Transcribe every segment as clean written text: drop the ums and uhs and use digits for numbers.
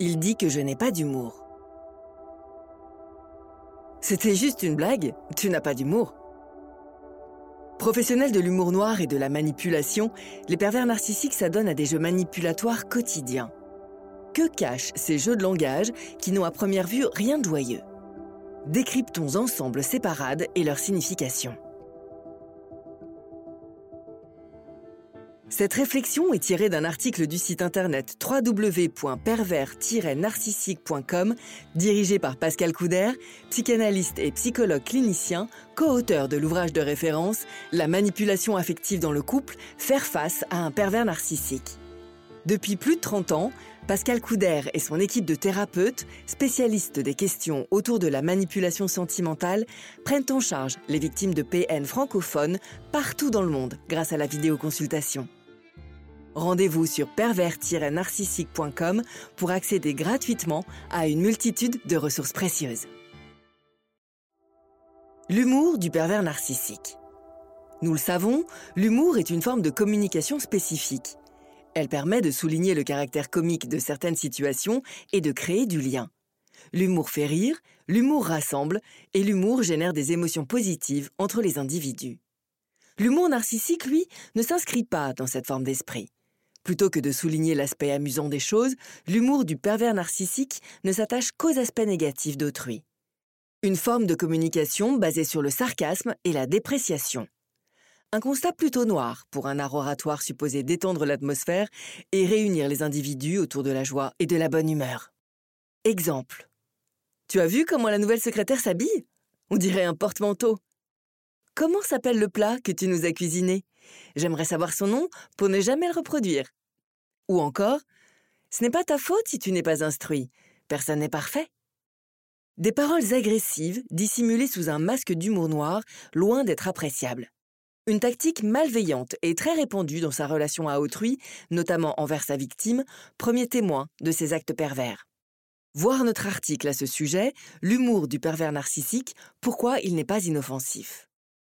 Il dit que je n'ai pas d'humour. C'était juste une blague, tu n'as pas d'humour. Professionnels de l'humour noir et de la manipulation, les pervers narcissiques s'adonnent à des jeux manipulatoires quotidiens. Que cachent ces jeux de langage qui n'ont à première vue rien de joyeux? Décryptons ensemble ces parades et leur signification. Cette réflexion est tirée d'un article du site internet www.pervers-narcissique.com dirigé par Pascal Couder, psychanalyste et psychologue clinicien, co-auteur de l'ouvrage de référence « La manipulation affective dans le couple, faire face à un pervers narcissique ». Depuis plus de 30 ans, Pascal Couder et son équipe de thérapeutes, spécialistes des questions autour de la manipulation sentimentale, prennent en charge les victimes de PN francophones partout dans le monde grâce à la vidéoconsultation. Rendez-vous sur pervers-narcissique.com pour accéder gratuitement à une multitude de ressources précieuses. L'humour du pervers narcissique. Nous le savons, l'humour est une forme de communication spécifique. Elle permet de souligner le caractère comique de certaines situations et de créer du lien. L'humour fait rire, l'humour rassemble et l'humour génère des émotions positives entre les individus. L'humour narcissique, lui, ne s'inscrit pas dans cette forme d'esprit. Plutôt que de souligner l'aspect amusant des choses, l'humour du pervers narcissique ne s'attache qu'aux aspects négatifs d'autrui. Une forme de communication basée sur le sarcasme et la dépréciation. Un constat plutôt noir pour un art oratoire supposé détendre l'atmosphère et réunir les individus autour de la joie et de la bonne humeur. Exemple. Tu as vu comment la nouvelle secrétaire s'habille? On dirait un porte-manteau. Comment s'appelle le plat que tu nous as cuisiné? J'aimerais savoir son nom pour ne jamais le reproduire. Ou encore, ce n'est pas ta faute si tu n'es pas instruit. Personne n'est parfait. Des paroles agressives, dissimulées sous un masque d'humour noir, loin d'être appréciables. Une tactique malveillante et très répandue dans sa relation à autrui, notamment envers sa victime, premier témoin de ses actes pervers. Voir notre article à ce sujet, l'humour du pervers narcissique, pourquoi il n'est pas inoffensif.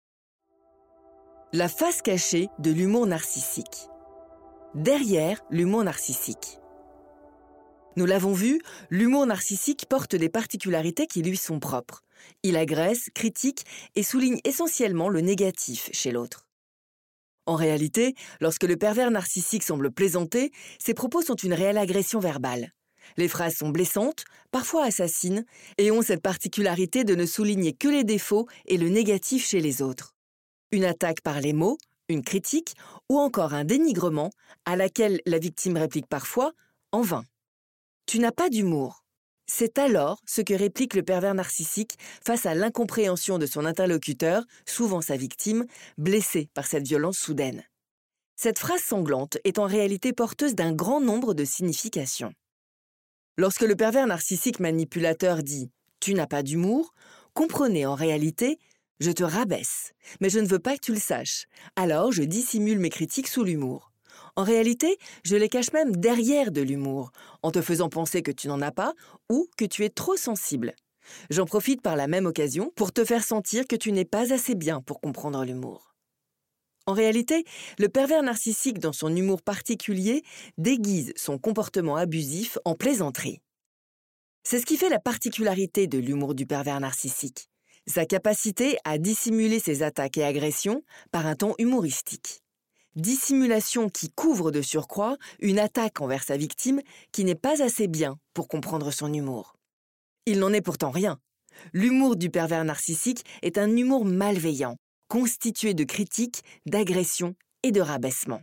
La face cachée de l'humour narcissique. Derrière l'humour narcissique. Nous l'avons vu, l'humour narcissique porte des particularités qui lui sont propres. Il agresse, critique et souligne essentiellement le négatif chez l'autre. En réalité, lorsque le pervers narcissique semble plaisanter, ses propos sont une réelle agression verbale. Les phrases sont blessantes, parfois assassines, et ont cette particularité de ne souligner que les défauts et le négatif chez les autres. Une attaque par les mots, une critique ou encore un dénigrement à laquelle la victime réplique parfois en vain. Tu n'as pas d'humour. C'est alors ce que réplique le pervers narcissique face à l'incompréhension de son interlocuteur, souvent sa victime, blessée par cette violence soudaine. Cette phrase sanglante est en réalité porteuse d'un grand nombre de significations. Lorsque le pervers narcissique manipulateur dit « tu n'as pas d'humour », comprenez en réalité « je te rabaisse, mais je ne veux pas que tu le saches, alors je dissimule mes critiques sous l'humour ». En réalité, je les cache même derrière de l'humour, en te faisant penser que tu n'en as pas ou que tu es trop sensible. J'en profite par la même occasion pour te faire sentir que tu n'es pas assez bien pour comprendre l'humour. En réalité, le pervers narcissique, dans son humour particulier, déguise son comportement abusif en plaisanterie. C'est ce qui fait la particularité de l'humour du pervers narcissique, sa capacité à dissimuler ses attaques et agressions par un ton humoristique. Dissimulation qui couvre de surcroît une attaque envers sa victime qui n'est pas assez bien pour comprendre son humour. Il n'en est pourtant rien. L'humour du pervers narcissique est un humour malveillant, constitué de critiques, d'agressions et de rabaissements.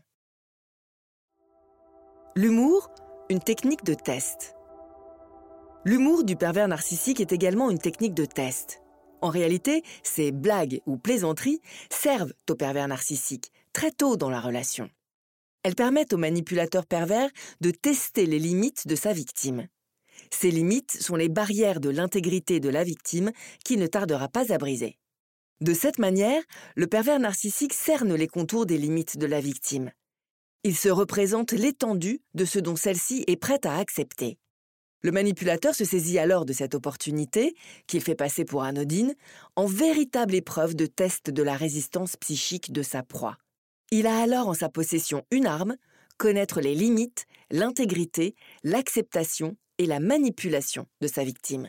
L'humour, une technique de test. L'humour du pervers narcissique est également une technique de test. En réalité, ces blagues ou plaisanteries servent au pervers narcissique très tôt dans la relation. Elles permettent au manipulateur pervers de tester les limites de sa victime. Ces limites sont les barrières de l'intégrité de la victime qui ne tardera pas à briser. De cette manière, le pervers narcissique cerne les contours des limites de la victime. Il se représente l'étendue de ce dont celle-ci est prête à accepter. Le manipulateur se saisit alors de cette opportunité, qu'il fait passer pour anodine, en véritable épreuve de test de la résistance psychique de sa proie. Il a alors en sa possession une arme, connaître les limites, l'intégrité, l'acceptation et la manipulation de sa victime.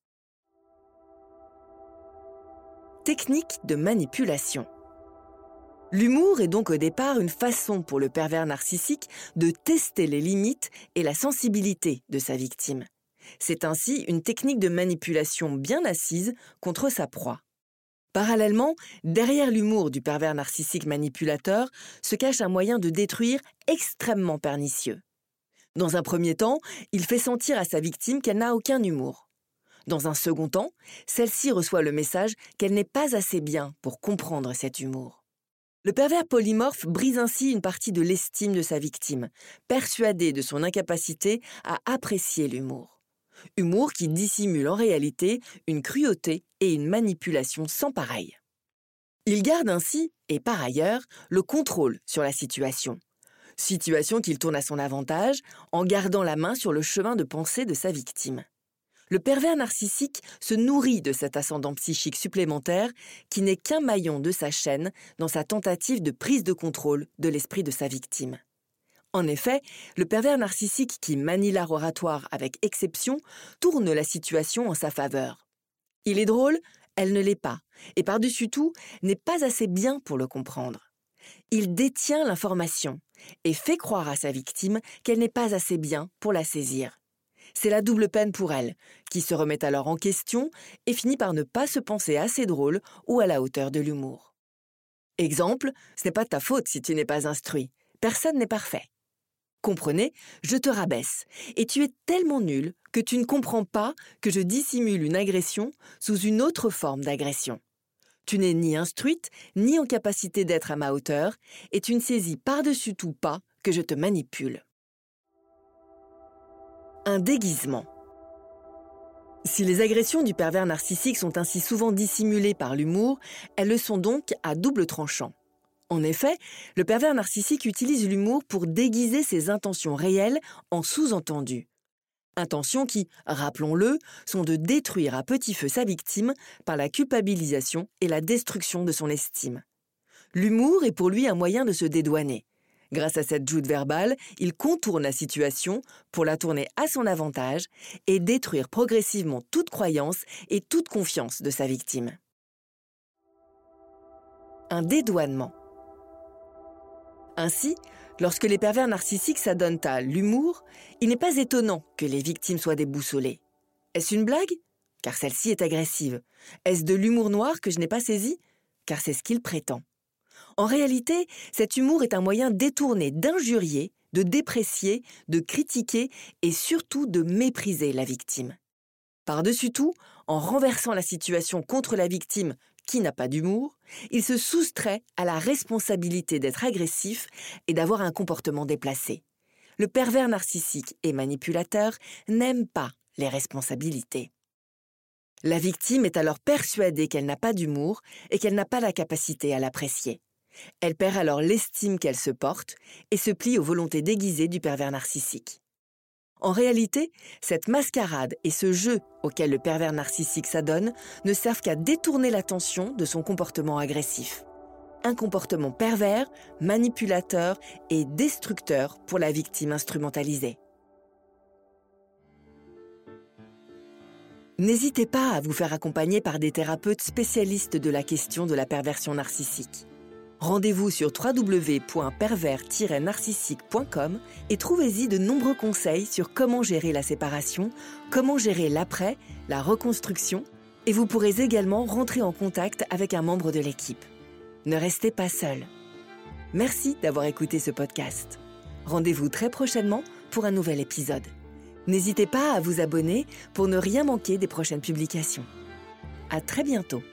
Technique de manipulation. L'humour est donc au départ une façon pour le pervers narcissique de tester les limites et la sensibilité de sa victime. C'est ainsi une technique de manipulation bien assise contre sa proie. Parallèlement, derrière l'humour du pervers narcissique manipulateur se cache un moyen de détruire extrêmement pernicieux. Dans un premier temps, il fait sentir à sa victime qu'elle n'a aucun humour. Dans un second temps, celle-ci reçoit le message qu'elle n'est pas assez bien pour comprendre cet humour. Le pervers polymorphe brise ainsi une partie de l'estime de sa victime, persuadé de son incapacité à apprécier l'humour. Humour qui dissimule en réalité une cruauté et une manipulation sans pareil. Il garde ainsi, et par ailleurs, le contrôle sur la situation. Situation qu'il tourne à son avantage en gardant la main sur le chemin de pensée de sa victime. Le pervers narcissique se nourrit de cet ascendant psychique supplémentaire qui n'est qu'un maillon de sa chaîne dans sa tentative de prise de contrôle de l'esprit de sa victime. En effet, le pervers narcissique qui manie l'art oratoire avec exception tourne la situation en sa faveur. Il est drôle, elle ne l'est pas, et par-dessus tout, n'est pas assez bien pour le comprendre. Il détient l'information et fait croire à sa victime qu'elle n'est pas assez bien pour la saisir. C'est la double peine pour elle, qui se remet alors en question et finit par ne pas se penser assez drôle ou à la hauteur de l'humour. Exemple, ce n'est pas de ta faute si tu n'es pas instruit. Personne n'est parfait. Comprenez, je te rabaisse, et tu es tellement nul que tu ne comprends pas que je dissimule une agression sous une autre forme d'agression. Tu n'es ni instruite, ni en capacité d'être à ma hauteur, et tu ne saisis par-dessus tout pas que je te manipule. Un déguisement. Si les agressions du pervers narcissique sont ainsi souvent dissimulées par l'humour, elles le sont donc à double tranchant. En effet, le pervers narcissique utilise l'humour pour déguiser ses intentions réelles en sous-entendu. Intentions qui, rappelons-le, sont de détruire à petit feu sa victime par la culpabilisation et la destruction de son estime. L'humour est pour lui un moyen de se dédouaner. Grâce à cette joute verbale, il contourne la situation pour la tourner à son avantage et détruire progressivement toute croyance et toute confiance de sa victime. Un dédouanement. Ainsi, lorsque les pervers narcissiques s'adonnent à l'humour, il n'est pas étonnant que les victimes soient déboussolées. Est-ce une blague ? Car celle-ci est agressive. Est-ce de l'humour noir que je n'ai pas saisi ? Car c'est ce qu'il prétend. En réalité, cet humour est un moyen détourné d'injurier, de déprécier, de critiquer et surtout de mépriser la victime. Par-dessus tout, en renversant la situation contre la victime qui n'a pas d'humour, il se soustrait à la responsabilité d'être agressif et d'avoir un comportement déplacé. Le pervers narcissique et manipulateur n'aime pas les responsabilités. La victime est alors persuadée qu'elle n'a pas d'humour et qu'elle n'a pas la capacité à l'apprécier. Elle perd alors l'estime qu'elle se porte et se plie aux volontés déguisées du pervers narcissique. En réalité, cette mascarade et ce jeu auquel le pervers narcissique s'adonne ne servent qu'à détourner l'attention de son comportement agressif. Un comportement pervers, manipulateur et destructeur pour la victime instrumentalisée. N'hésitez pas à vous faire accompagner par des thérapeutes spécialistes de la question de la perversion narcissique. Rendez-vous sur www.pervers-narcissique.com et trouvez-y de nombreux conseils sur comment gérer la séparation, comment gérer l'après, la reconstruction, et vous pourrez également rentrer en contact avec un membre de l'équipe. Ne restez pas seul. Merci d'avoir écouté ce podcast. Rendez-vous très prochainement pour un nouvel épisode. N'hésitez pas à vous abonner pour ne rien manquer des prochaines publications. À très bientôt.